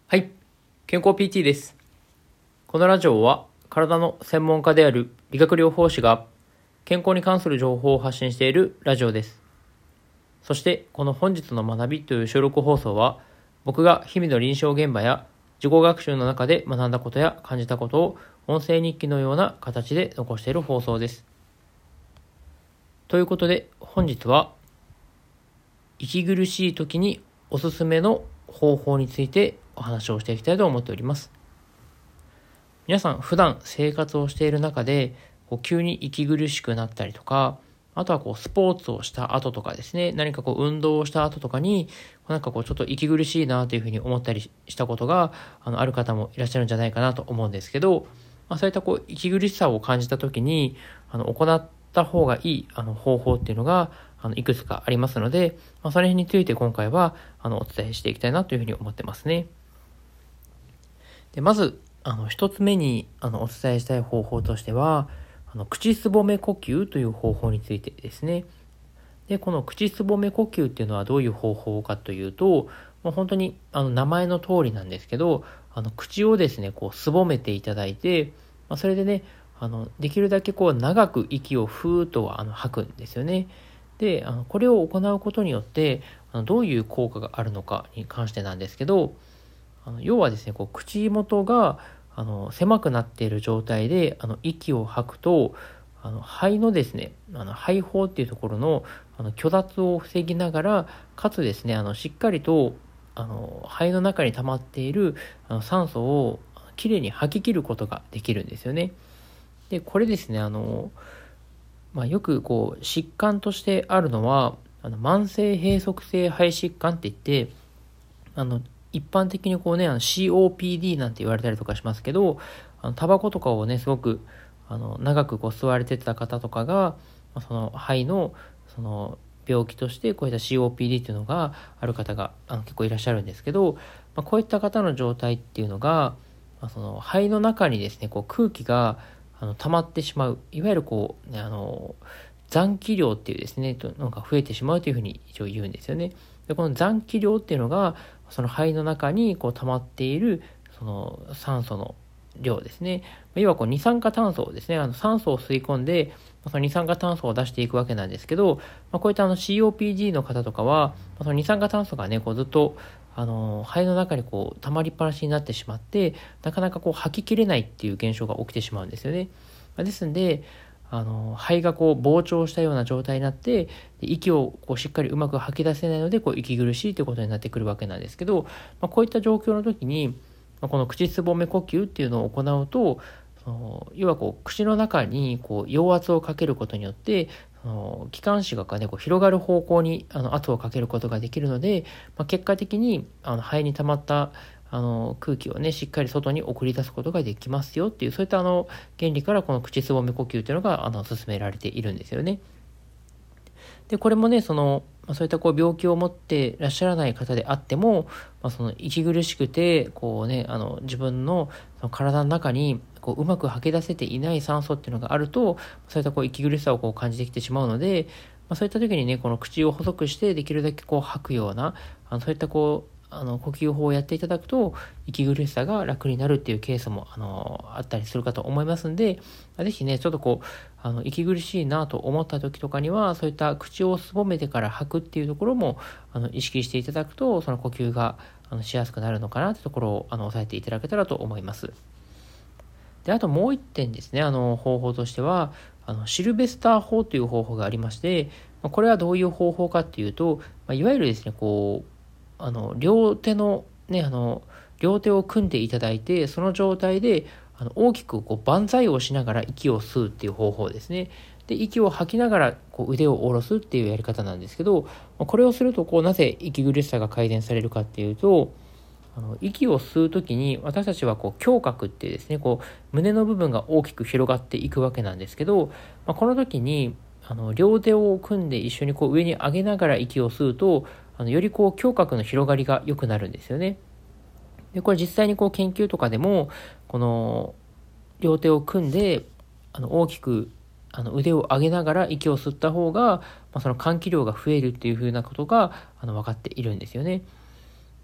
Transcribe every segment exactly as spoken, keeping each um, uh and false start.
はい、健康 ピーティー です。このラジオは体の専門家である理学療法士が健康に関する情報を発信しているラジオです。そしてこの本日の学びという収録放送は僕が日々の臨床現場や自己学習の中で学んだことや感じたことを音声日記のような形で残している放送です。ということで本日は息苦しい時におすすめの方法についてお話をしていきたいと思っております。皆さん普段生活をしている中でこう急に息苦しくなったりとか、あとはこうスポーツをした後とかですね、何かこう運動をした後とかになんかこうちょっと息苦しいなというふうに思ったりしたことが あのある方もいらっしゃるんじゃないかなと思うんですけど、まあ、そういったこう息苦しさを感じた時にあの行った方がいいあの方法っていうのがあのいくつかありますので、まあ、それについて今回はあのお伝えしていきたいなというふうに思ってますね。でまずあの一つ目にあのお伝えしたい方法としては、あの口すぼめ呼吸という方法についてですね。でこの口すぼめ呼吸っていうのはどういう方法かというと、もう本当にあの名前の通りなんですけど、あの口をですねこうすぼめていただいて、まあ、それでねあのできるだけこう長く息をふーっとあの吐くんですよね。であのこれを行うことによってあのどういう効果があるのかに関してなんですけど、あの要はですねこう口元があの狭くなっている状態であの息を吐くと、あの肺のですねあの肺胞っていうところのあの虚脱を防ぎながら、かつですねあのしっかりとあの肺の中に溜まっているあの酸素をきれいに吐き切ることができるんですよね。でこれですねあの、まあ、よくこう疾患としてあるのはあの慢性閉塞性肺疾患っていって、あの一般的にこうねあの シーオーピーディー なんて言われたりとかしますけど、あのタバコとかをねすごくあの長くこう吸われてた方とかが、まあ、その肺のその病気としてこういった シーオーピーディー っていうのがある方があの結構いらっしゃるんですけど、まあ、こういった方の状態っていうのが、まあ、その肺の中にですねこう空気があの溜まってしまう、いわゆるこう、ね、あの残気量っていうですねのが増えてしまうというふうに一応言うんですよね。でこの残気量っていうのがその肺の中にこう溜まっているその酸素の量ですね。要はこう二酸化炭素をですね、あの酸素を吸い込んでその二酸化炭素を出していくわけなんですけど、まあ、こういったあの シーオーピーディー の方とかはその二酸化炭素がねこうずっとあの肺の中にこう溜まりっぱなしになってしまって、なかなかこう吐ききれないっていう現象が起きてしまうんですよね。ですのであの肺がこう膨張したような状態になって、息をこうしっかりうまく吐き出せないのでこう息苦しいということになってくるわけなんですけど、まあ、こういった状況の時に、まあ、この口すぼめ呼吸っていうのを行うと、その要はこう口の中にこう陽圧をかけることによってその気管支がねこう広がる方向にあの圧をかけることができるので、まあ、結果的にあの肺に溜まったあの空気をねしっかり外に送り出すことができますよっていう、そういったあの原理からこの口すぼめ呼吸というのがあの進められているんですよね。でこれもねその、まあ、そういったこう病気を持っていらっしゃらない方であっても、まあ、その息苦しくてこうねあの自分のその体の中にこううまく吐き出せていない酸素っていうのがあると、そういったこう息苦しさをこう感じてきてしまうので、まあ、そういった時にねこの口を細くしてできるだけこう吐くようなあのそういったこうあの呼吸法をやっていただくと息苦しさが楽になるっていうケースもあのあったりするかと思いますんで、ぜひねちょっとこうあの息苦しいなと思った時とかにはそういった口をすぼめてから吐くっていうところもあの意識していただくと、その呼吸があのしやすくなるのかなというところをあの押さえていただけたらと思います。であともう一点ですね、あの方法としてはあのシルベスター法という方法がありまして、これはどういう方法かっていうと、いわゆるですねこうあの両手のねあの両手を組んでいただいて、その状態であの大きくこう万歳をしながら息を吸うっていう方法ですね。で息を吐きながらこう腕を下ろすっていうやり方なんですけど、これをするとこうなぜ息苦しさが改善されるかっていうと、あの息を吸うときに私たちはこう胸郭ってですねこう胸の部分が大きく広がっていくわけなんですけど、まあ、この時にあの両手を組んで一緒にこう上に上げながら息を吸うと、あのよりこう胸郭の広がりが良くなるんですよね。でこれ実際にこう研究とかでもこの両手を組んであの大きくあの腕を上げながら息を吸った方が、まあ、その換気量が増えるっていう風なことがあの分かっているんですよね。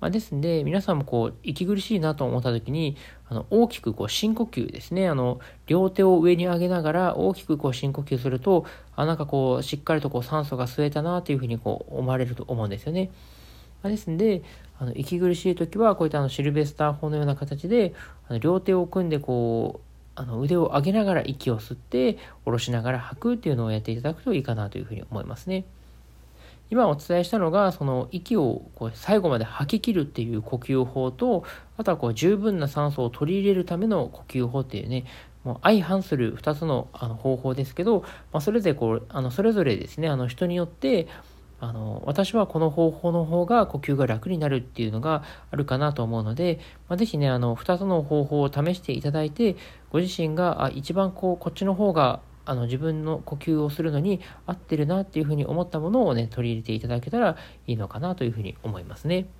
まあ、ですので、皆さんもこう、息苦しいなと思った時に、あの、大きくこう、深呼吸ですね。あの、両手を上に上げながら、大きくこう、深呼吸すると、あ、なんかこう、しっかりとこう、酸素が吸えたなというふうにこう、思われると思うんですよね。まあ、ですので、あの、息苦しい時は、こういったあの、シルベスター法のような形で、あの両手を組んでこう、あの腕を上げながら息を吸って、下ろしながら吐くっていうのをやっていただくといいかなというふうに思いますね。今お伝えしたのが、その息をこう最後まで吐き切るっていう呼吸法と、あとはこう十分な酸素を取り入れるための呼吸法っていうね、もう相反するふたつのあの方法ですけど、まあ、それぞれこう、あのそれぞれですね、あの人によって、あの私はこの方法の方が呼吸が楽になるっていうのがあるかなと思うので、まあ、ぜひね、あのふたつの方法を試していただいて、ご自身があ一番こうこっちの方があの自分の呼吸をするのに合ってるなっていうふうに思ったものをね、取り入れていただけたらいいのかなというふうに思いますね。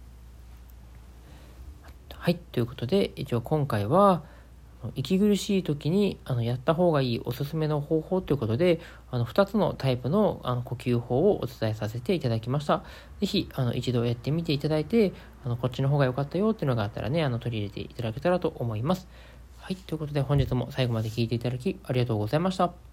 はい、ということで、一応今回は、息苦しい時にあのやった方がいいおすすめの方法ということで、あのふたつのタイプのあの呼吸法をお伝えさせていただきました。ぜひあの一度やってみていただいて、あのこっちの方が良かったよっていうのがあったらね、あの取り入れていただけたらと思います。はい、ということで本日も最後まで聞いていただきありがとうございました。